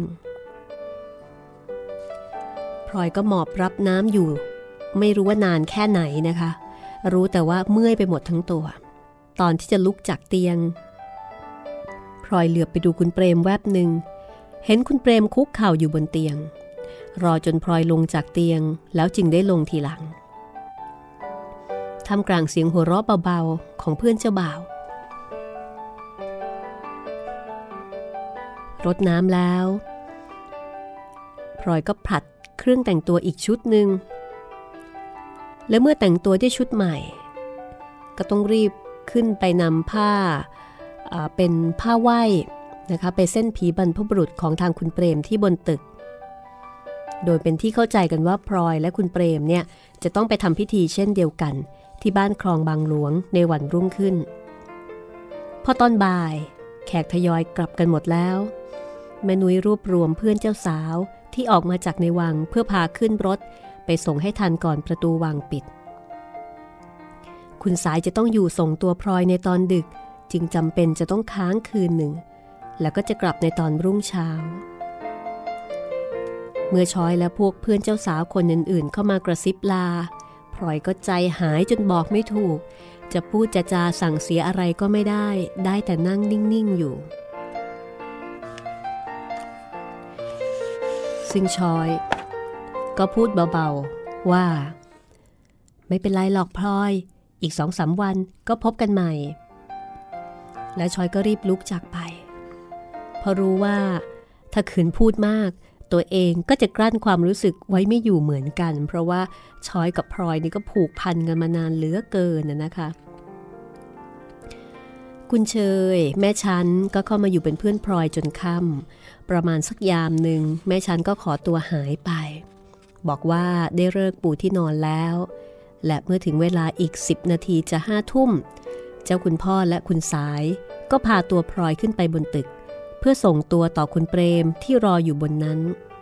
พลอยก็หมอบรับน้ำอยู่ไม่รู้ว่านานแค่ไหนนะคะรู้แต่ว่าเมื่อยไปหมดทั้งตัวตอนที่จะลุกจากเตียงพลอยเหลือบไปดูคุณเปรมแวบหนึ่งเห็นคุณเปรมคุกเข่าอยู่บนเตียงรอจนพลอยลงจากเตียงแล้วจึงได้ลงทีหลังท่ามกลางเสียงหัวเราะเบาๆของเพื่อนเจ้าบ่าวรดน้ำแล้วพลอยก็ผลัดเครื่องแต่งตัวอีกชุดหนึ่งและเมื่อแต่งตัวได้ชุดใหม่ก็ต้องรีบขึ้นไปนำผ้าเป็นผ้าไหว้นะคะไปเส้นผีบรรพบุรุษของทางคุณเปรมที่บนตึกโดยเป็นที่เข้าใจกันว่าพลอยและคุณเปรมเนี่ยจะต้องไปทำพิธีเช่นเดียวกันที่บ้านคลองบางหลวงในวันรุ่งขึ้นพอตอนบ่ายแขกทยอยกลับกันหมดแล้วแม่นุ้ยรวบรวมเพื่อนเจ้าสาวที่ออกมาจากในวังเพื่อพาขึ้นรถไปส่งให้ทันก่อนประตูวังปิดคุณสายจะต้องอยู่ส่งตัวพลอยในตอนดึกจึงจำเป็นจะต้องค้างคืนหนึ่งแล้วก็จะกลับในตอนรุ่งเช้าเมื่อช้อยและพวกเพื่อนเจ้าสาวคนอื่นๆเข้ามากระซิบลาพลอยก็ใจหายจนบอกไม่ถูกจะพูดจะจาสั่งเสียอะไรก็ไม่ได้แต่นั่งนิ่งๆอยู่ซึ่งช้อยก็พูดเบาๆว่าไม่เป็นไรหรอกพลอยอีก 2-3 วันก็พบกันใหม่และช้อยก็รีบลุกจากไปเพราะรู้ว่าถ้าขืนพูดมากตัวเองก็จะกลั้นความรู้สึกไว้ไม่อยู่เหมือนกันเพราะว่าช้อยกับพลอยนี่ก็ผูกพันกันมานานเหลือเกินนะคะคุณเชยแม่ชันก็เข้ามาอยู่เป็นเพื่อนพลอยจนค่ำประมาณสักยามหนึ่งแม่ชันก็ขอตัวหายไปบอกว่าได้ฤกษ์ปูที่นอนแล้วและเมื่อถึงเวลาอีก10 นาทีจะ5 ทุ่มเจ้าคุณพ่อและคุณสายก็พาตัวพลอยขึ้นไปบนตึกเพื่อส่งตัวต่อคุณเปรมที่รออยู่บนนั้น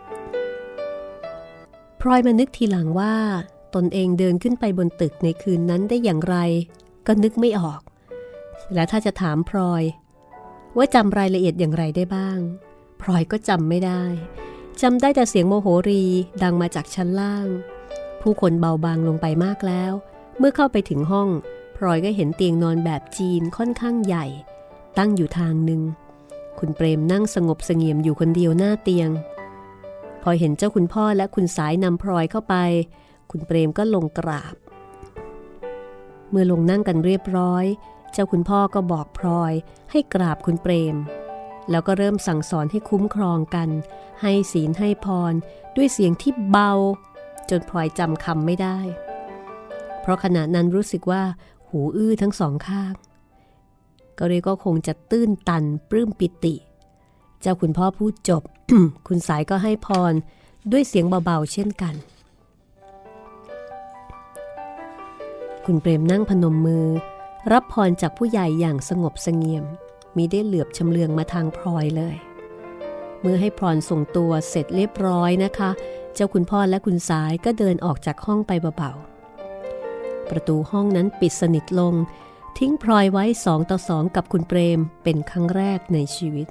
พลอยมานึกทีหลังว่าตนเองเดินขึ้นไปบนตึกในคืนนั้นได้อย่างไรก็นึกไม่ออกและถ้าจะถามพลอยว่าจำรายละเอียดอย่างไรได้บ้างพลอยก็จำไม่ได้จำได้แต่เสียงโมโหรีดังมาจากชั้นล่างผู้คนเบาบางลงไปมากแล้วเมื่อเข้าไปถึงห้องพลอยก็เห็นเตียงนอนแบบจีนค่อนข้างใหญ่ตั้งอยู่ทางหนึ่งคุณเปรมนั่งสงบเสงี่ยมอยู่คนเดียวหน้าเตียงพอเห็นเจ้าคุณพ่อและคุณสายนำพลอยเข้าไปคุณเปรมก็ลงกราบเมื่อลงนั่งกันเรียบร้อยเจ้าคุณพ่อก็บอกพลอยให้กราบคุณเปรมแล้วก็เริ่มสั่งสอนให้คุ้มครองกันให้ศีลให้พรด้วยเสียงที่เบาจนพลอยจำคำไม่ได้เพราะขณะนั้นรู้สึกว่าหูอื้อทั้งสองข้างก็เลยก็คงจะตื้นตันปลื้มปิติเจ้าคุณพ่อพูดจบ คุณสายก็ให้พรด้วยเสียงเบาๆเช่นกันคุณเปรมนั่งพนมมือรับพรจากผู้ใหญ่อย่างสงบเสงี่ยมมิได้เหลือบชำเลืองมาทางพลอยเลยเมื่อให้พรส่งตัวเสร็จเรียบร้อยนะคะเจ้าคุณพ่อและคุณสายก็เดินออกจากห้องไปเบาๆประตูห้องนั้นปิดสนิทลงทิ้งพลอยไว้2 ต่อ 2กับคุณเปรมเป็นครั้งแรกในชีวิต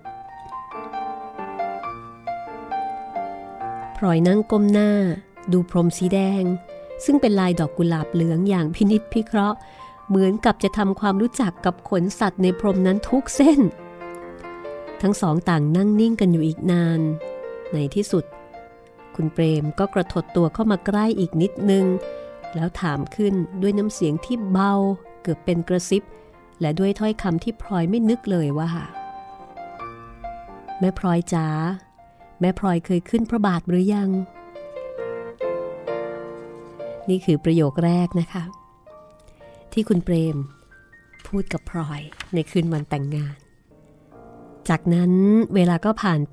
พลอยนั่งก้มหน้าดูพรมสีแดงซึ่งเป็นลายดอกกุหลาบเหลืองอย่างพินิจพิเคราะห์เหมือนกับจะทำความรู้จักกับขนสัตว์ในพรมนั้นทุกเส้นทั้งสองต่างนั่งนิ่งกันอยู่อีกนานในที่สุดคุณเปรมก็กระทดตัวเข้ามาใกล้อีกนิดนึงแล้วถามขึ้นด้วยน้ำเสียงที่เบาเกือบเป็นกระซิบและด้วยถ้อยคำที่พลอยไม่นึกเลยว่าแม่พลอยจ๋าแม่พลอยเคยขึ้นพระบาทหรือยังนี่คือประโยคแรกนะคะที่คุณเปรมพูดกับพลอยในคืนวันแต่งงานจากนั้นเวลาก็ผ่านไป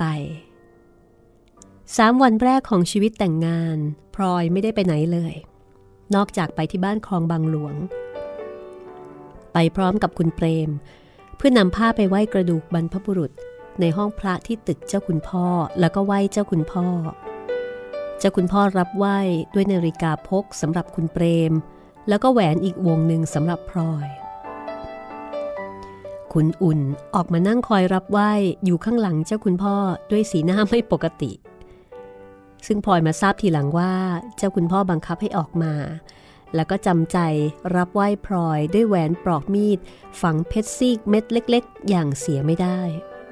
3 วันแรกของชีวิตแต่งงานพลอยไม่ได้ไปไหนเลยนอกจากไปที่บ้านคลองบางหลวงไปพร้อมกับคุณเปรมเพื่อนำผ้าไปไหว้กระดูกบรรพบุรุษในห้องพระที่ตึกเจ้าคุณพ่อแล้วก็ไหว้เจ้าคุณพ่อเจ้าคุณพ่อรับไหว้ด้วยนาฬิกาพกสำหรับคุณเปรมแล้วก็แหวนอีกวงหนึ่งสำหรับพลอยคุณอุ่นออกมานั่งคอยรับไหว้อยู่ข้างหลังเจ้าคุณพ่อด้วยสีหน้าไม่ปกติซึ่งพลอยมาทราบทีหลังว่าเจ้าคุณพ่อบังคับให้ออกมาแล้วก็จำใจรับไหว้พลอยด้วยแหวนปลอกมีดฝังเพชรซีกเม็ดเล็กๆอย่างเสียไม่ได้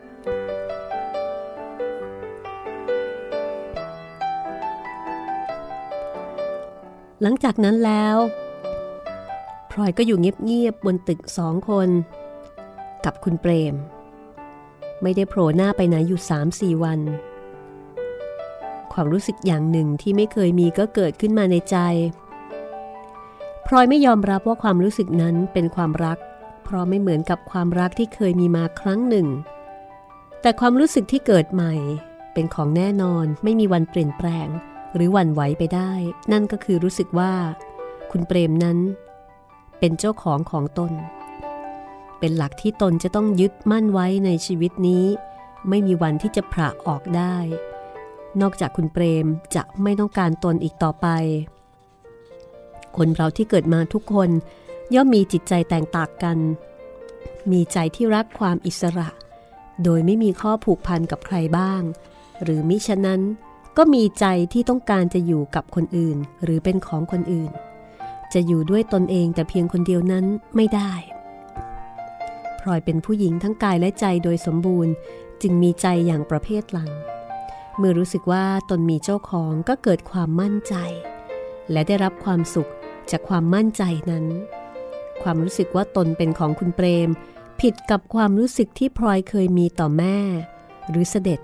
หลังจากนั้นแล้วพลอยก็อยู่เงียบๆบนตึก2 คนกับคุณเปรมไม่ได้โผล่หน้าไปไหนอยู่ 3-4 วันความรู้สึกอย่างหนึ่งที่ไม่เคยมีก็เกิดขึ้นมาในใจพลอยไม่ยอมรับว่าความรู้สึกนั้นเป็นความรักเพราะไม่เหมือนกับความรักที่เคยมีมาครั้งหนึ่งแต่ความรู้สึกที่เกิดใหม่เป็นของแน่นอนไม่มีวันเปลี่ยนแปลงหรือหวั่นไหวไปได้นั่นก็คือรู้สึกว่าคุณเปรมนั้นเป็นเจ้าของตนเป็นหลักที่ตนจะต้องยึดมั่นไว้ในชีวิตนี้ไม่มีวันที่จะผละออกได้นอกจากคุณเปรมจะไม่ต้องการตนอีกต่อไปคนเราที่เกิดมาทุกคนย่อมมีจิตใจแตกต่างกันมีใจที่รักความอิสระโดยไม่มีข้อผูกพันกับใครบ้างหรือมิฉะนั้นก็มีใจที่ต้องการจะอยู่กับคนอื่นหรือเป็นของคนอื่นจะอยู่ด้วยตนเองแต่เพียงคนเดียวนั้นไม่ได้พลอยเป็นผู้หญิงทั้งกายและใจโดยสมบูรณ์จึงมีใจอย่างประเภทหลังเมื่อรู้สึกว่าตนมีเจ้าของก็เกิดความมั่นใจและได้รับความสุขจากความมั่นใจนั้นความรู้สึกว่าตนเป็นของคุณเปรมผิดกับความรู้สึกที่พลอยเคยมีต่อแม่หรือเสด็จ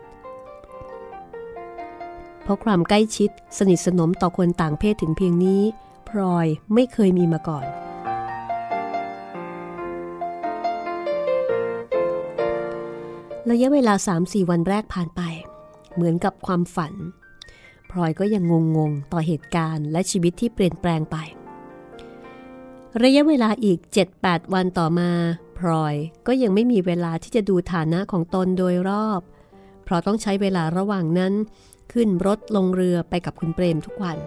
เพราะความใกล้ชิดสนิทสนมต่อคนต่างเพศถึงเพียงนี้พลอยไม่เคยมีมาก่อนระยะเวลา 3-4 วันแรกผ่านไปเหมือนกับความฝันพลอยก็ยังงงต่อเหตุการณ์และชีวิตที่เปลี่ยนแปลงไประยะเวลาอีก 7-8 วันต่อมาพลอยก็ยังไม่มีเวลาที่จะดูฐานะของตนโดยรอบเพราะต้องใช้เวลาระหว่างนั้นขึ้นรถลงเรือไปกับคุณเปรมทุกวัน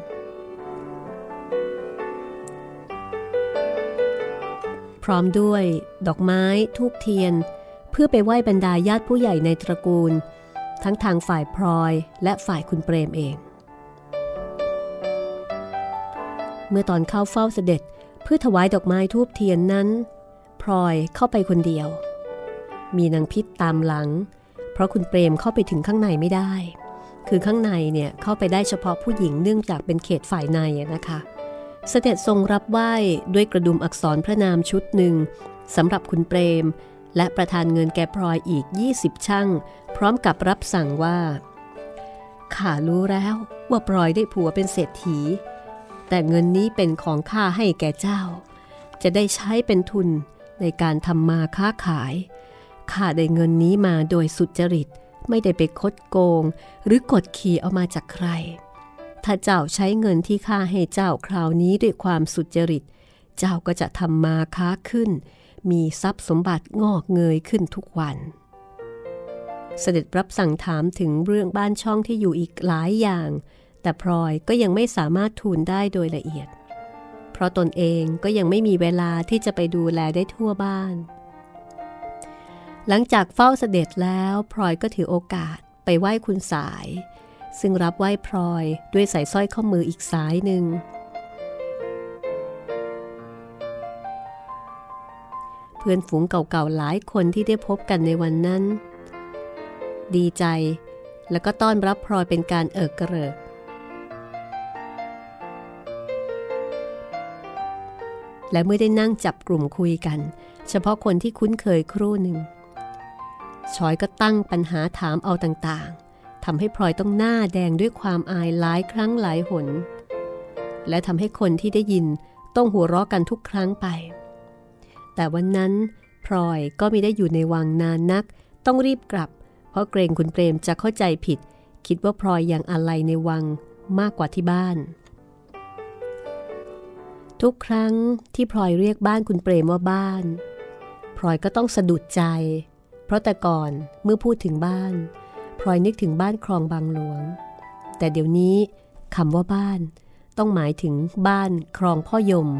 พร้อมด้วยดอกไม้ธูปเทียนเพื่อไปไหว้บรรดาญาติผู้ใหญ่ในตระกูลทั้งทางฝ่ายพลอยและฝ่ายคุณเปรมเองเมื่อตอนเข้าเฝ้าเสด็จเพื่อถวายดอกไม้ธูปเทียนนั้นพลอยเข้าไปคนเดียวมีนางพิษตามหลังเพราะคุณเปรมเข้าไปถึงข้างในไม่ได้คือข้างในเนี่ยเข้าไปได้เฉพาะผู้หญิงเนื่องจากเป็นเขตฝ่ายในนะคะเสด็จทรงรับไหว้ด้วยกระดุมอักษรพระนามชุดหนึ่งสำหรับคุณเปรมและประทานเงินแก่พลอยอีก20 ชั่งพร้อมกับรับสั่งว่าข้ารู้แล้วว่าพลอยได้ผัวเป็นเศรษฐีแต่เงินนี้เป็นของข้าให้แก่เจ้าจะได้ใช้เป็นทุนในการทำมาค้าขายข้าได้เงินนี้มาโดยสุจริตไม่ได้ไปคดโกงหรือกดขี่เอามาจากใครถ้าเจ้าใช้เงินที่ข้าให้เจ้าคราวนี้ด้วยความสุจริตเจ้าก็จะทำมาค้าขึ้นมีทรัพย์สมบัติงอกเงยขึ้นทุกวันเสด็จรับสั่งถามถึงเรื่องบ้านช่องที่อยู่อีกหลายอย่างแต่พลอยก็ยังไม่สามารถทูลได้โดยละเอียดเพราะตนเองก็ยังไม่มีเวลาที่จะไปดูแลได้ทั่วบ้านหลังจากเฝ้าเสด็จแล้วพลอยก็ถือโอกาสไปไหว้คุณสายซึ่งรับไหว้พลอยด้วยใส่สร้อยข้อมืออีกสายหนึ่งเพื่อนฝูงเก่าๆหลายคนที่ได้พบกันในวันนั้นดีใจแล้วก็ต้อนรับพลอยเป็นการเอิกกระเริกและเมื่อได้นั่งจับกลุ่มคุยกันเฉพาะคนที่คุ้นเคยครู่หนึ่งชอยก็ตั้งปัญหาถามเอาต่างๆทำให้พลอยต้องหน้าแดงด้วยความอายหลายครั้งหลายหนและทำให้คนที่ได้ยินต้องหัวเราะกันทุกครั้งไปแต่วันนั้นพลอยก็ไม่ได้อยู่ในวังนานนักต้องรีบกลับเพราะเกรงคุณเปรมจะเข้าใจผิดคิดว่าพลอยยังอาลัยในวังมากกว่าที่บ้านทุกครั้งที่พลอยเรียกบ้านคุณเปรมว่าบ้านพลอยก็ต้องสะดุดใจเพราะแต่ก่อนเมื่อพูดถึงบ้านพลอยนึกถึงบ้านคลองบางหลวงแต่เดี๋ยวนี้คำว่าบ้านต้องหมายถึงบ้านคลองพ่อยม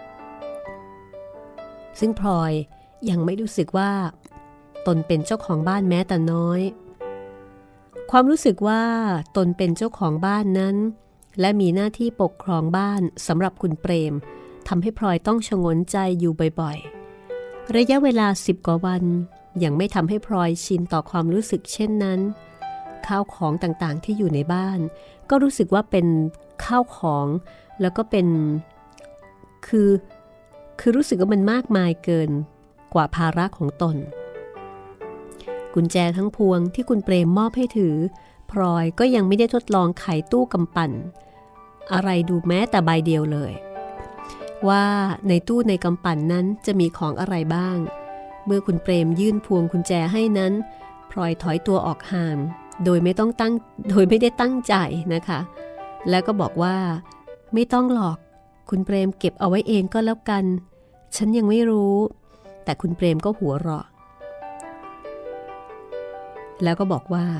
ซึ่งพลอยยังไม่รู้สึกว่าตนเป็นเจ้าของบ้านแม้แต่น้อยความรู้สึกว่าตนเป็นเจ้าของบ้านนั้นและมีหน้าที่ปกครองบ้านสำหรับคุณเปรมทำให้พลอยต้องชงนใจอยู่บ่อยๆระยะเวลา10 กว่าวันยังไม่ทำให้พลอยชินต่อความรู้สึกเช่นนั้นข้าวของต่างๆที่อยู่ในบ้านก็รู้สึกว่าเป็นข้าวของแล้วก็เป็นคือรู้สึกว่ามันมากมายเกินกว่าภาระของตนกุญแจทั้งพวงที่คุณเปรมมอบให้ถือพลอยก็ยังไม่ได้ทดลองไขตู้กำปั่นอะไรดูแม้แต่ใบเดียวเลยว่าในตู้ในกำปั่นนั้นจะมีของอะไรบ้างเมื่อคุณเปรมยื่นพวงกุญแจให้นั้นพลอยถอยตัวออกห่างโดยไม่ได้ตั้งใจนะคะแล้วก็บอกว่าไม่ต้องหรอกคุณเปรมเก็บเอาไว้เองก็แล้วกันฉันยังไม่รู้แต่คุณเปรมก็หัวเราะแล้วก็บอกว่า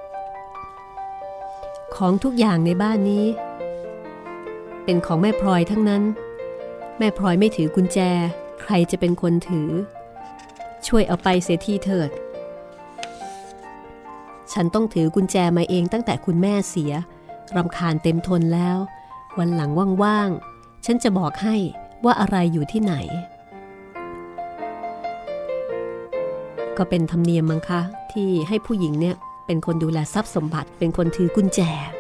ของทุกอย่างในบ้านนี้เป็นของแม่พลอยทั้งนั้นแม่พลอยไม่ถือกุญแจใครจะเป็นคนถือช่วยเอาไปเสียทีเถิดฉันต้องถือกุญแจมาเองตั้งแต่คุณแม่เสียรำคาญเต็มทนแล้ววันหลังว่างๆฉันจะบอกให้ว่าอะไรอยู่ที่ไหนก็เป็นธรรมเนียมมั้งคะที่ให้ผู้หญิงเนี่ยเป็นคนดูแลทรัพย์สมบัติเป็นคนถือกุญแจ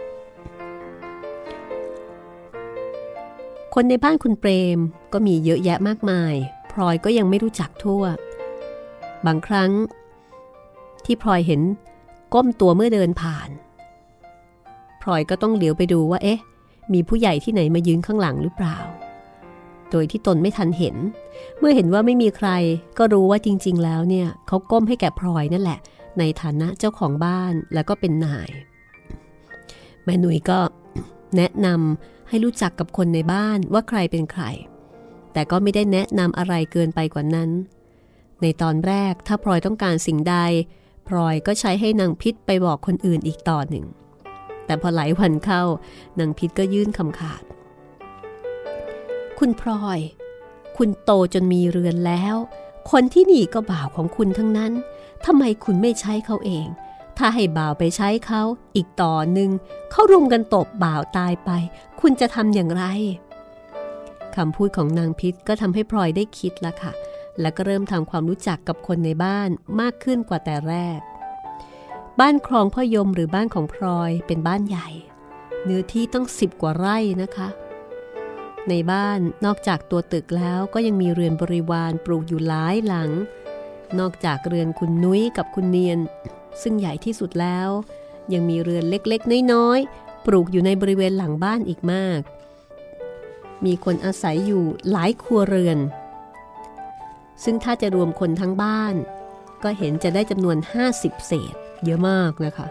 คนในบ้านคุณเปรมก็มีเยอะแยะมากมายพลอยก็ยังไม่รู้จักทั่วบางครั้งที่พลอยเห็นก้มตัวเมื่อเดินผ่านพลอยก็ต้องเหลียวไปดูว่ามีผู้ใหญ่ที่ไหนมายืนข้างหลังหรือเปล่าโดยที่ตนไม่ทันเห็นเมื่อเห็นว่าไม่มีใครก็รู้ว่าจริงๆแล้วเนี่ยเขาก้มให้แก่พลอยนั่นแหละในฐานะเจ้าของบ้านแล้วก็เป็นนายแม่หนุ่ยก็แนะนำให้รู้จักกับคนในบ้านว่าใครเป็นใครแต่ก็ไม่ได้แนะนำอะไรเกินไปกว่านั้นในตอนแรกถ้าพลอยต้องการสิ่งใดพลอยก็ใช้ให้นางพิษไปบอกคนอื่นอีกต่อหนึ่งแต่พอหลายวันเข้านางพิษก็ยื่นคำขาดคุณพลอยคุณโตจนมีเรือนแล้วคนที่นี่ก็บ่าวของคุณทั้งนั้นทำไมคุณไม่ใช้เขาเองถ้าให้บ่าวไปใช้เขาอีกต่อหนึ่งเขารุมกันตบบ่าวตายไปคุณจะทำอย่างไรคำพูดของนางพิษก็ทำให้พลอยได้คิดละค่ะและก็เริ่มทำความรู้จักกับคนในบ้านมากขึ้นกว่าแต่แรกบ้านคลองพ่อยมหรือบ้านของพลอยเป็นบ้านใหญ่เนื้อที่ต้อง10 กว่าไร่นะคะในบ้านนอกจากตัวตึกแล้วก็ยังมีเรือนบริวารปลูกอยู่หลายหลังนอกจากเรือนคุณนุ้ยกับคุณเนียนซึ่งใหญ่ที่สุดแล้วยังมีเรือนเล็กๆน้อยๆปลูกอยู่ในบริเวณหลังบ้านอีกมากมีคนอาศัยอยู่หลายครัวเรือนซึ่งถ้าจะรวมคนทั้งบ้านก็เห็นจะได้จำนวน50เศษเยอะมากนะคะ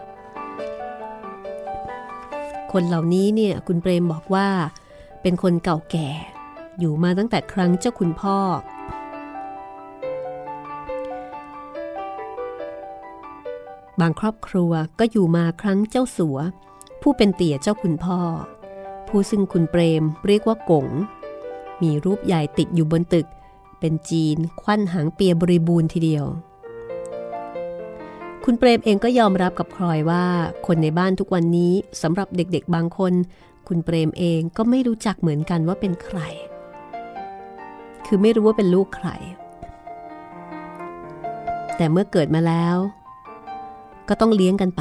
คนเหล่านี้เนี่ยคุณเปรมบอกว่าเป็นคนเก่าแก่อยู่มาตั้งแต่ครั้งเจ้าคุณพ่อบางครอบครัวก็อยู่มาครั้งเจ้าสัวผู้เป็นเตี่ยเจ้าคุณพ่อผู้ซึ่งคุณเปรมเรียกว่ากงมีรูปใหญ่ติดอยู่บนตึกเป็นจีนควันหางเปียบริบูรณ์ทีเดียวคุณเปรมเองก็ยอมรับกับพลอยว่าคนในบ้านทุกวันนี้สำหรับเด็กๆบางคนคุณเปรมเองก็ไม่รู้จักเหมือนกันว่าเป็นใครคือไม่รู้ว่าเป็นลูกใครแต่เมื่อเกิดมาแล้วก็ต้องเลี้ยงกันไป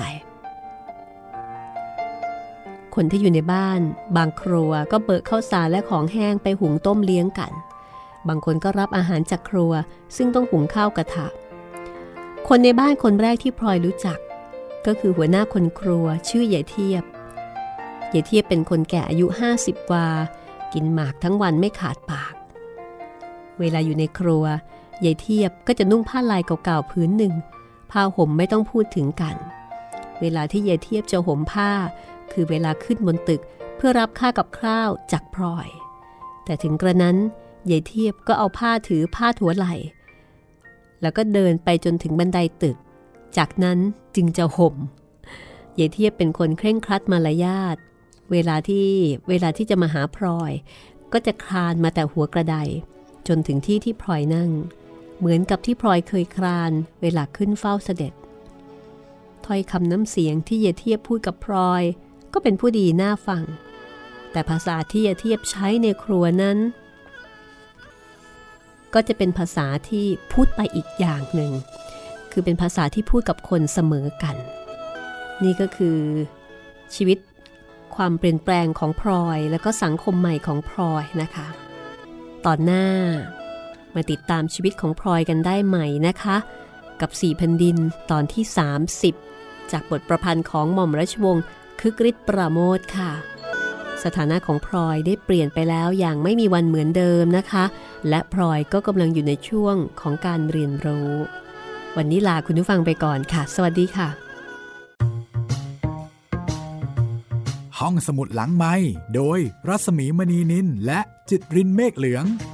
คนที่อยู่ในบ้านบางครัวก็เบิกข้าวสารและของแห้งไปหุงต้มเลี้ยงกันบางคนก็รับอาหารจากครัวซึ่งต้องหุงข้าวกระทะคนในบ้านคนแรกที่พลอยรู้จักก็คือหัวหน้าคนครัวชื่อยายเทียบยายเทียบเป็นคนแก่อายุ50กว่ากินหมากทั้งวันไม่ขาดปากเวลาอยู่ในครัวยายเทียบก็จะนุ่งผ้าลายเก่าๆผืนหนึ่งผ้าห่มไม่ต้องพูดถึงกันเวลาที่ยายเทียบจะห่มผ้าคือเวลาขึ้นบนตึกเพื่อรับค่ากับข้าวจากพลอยแต่ถึงกระนั้นยายเทียบก็เอาผ้าถือผ้าถัวไหล่แล้วก็เดินไปจนถึงบันไดตึกจากนั้นจึงจะห่มยายเทียบเป็นคนเคร่งครัดมารยาทเวลาที่จะมาหาพลอยก็จะคลานมาแต่หัวกระไดจนถึงที่ที่พลอยนั่งเหมือนกับที่พลอยเคยคลานเวลาขึ้นเฝ้าเสด็จถ้อยคำน้ำเสียงที่ยายเทียบพูดกับพลอยก็เป็นผู้ดีน่าฟังแต่ภาษาที่ยายเทียบใช้ในครัวนั้นก็จะเป็นภาษาที่พูดไปอีกอย่างหนึ่งคือเป็นภาษาที่พูดกับคนเสมอกันนี่ก็คือชีวิตความเปลี่ยนแปลงของพลอยแล้วก็สังคมใหม่ของพลอยนะคะตอนหน้ามาติดตามชีวิตของพลอยกันได้ใหม่นะคะกับ4แผ่นดินตอนที่30จากบทประพันธ์ของหม่อมราชวงศ์คึกฤทธิ์ปราโมทค่ะสถานะของพลอยได้เปลี่ยนไปแล้วอย่างไม่มีวันเหมือนเดิมนะคะและพลอยก็กำลังอยู่ในช่วงของการเรียนรู้วันนี้ลาคุณผู้ฟังไปก่อนค่ะสวัสดีค่ะห้องสมุดหลังไมค์โดยรัศมีมณีนินและจิตรินเมฆเหลือง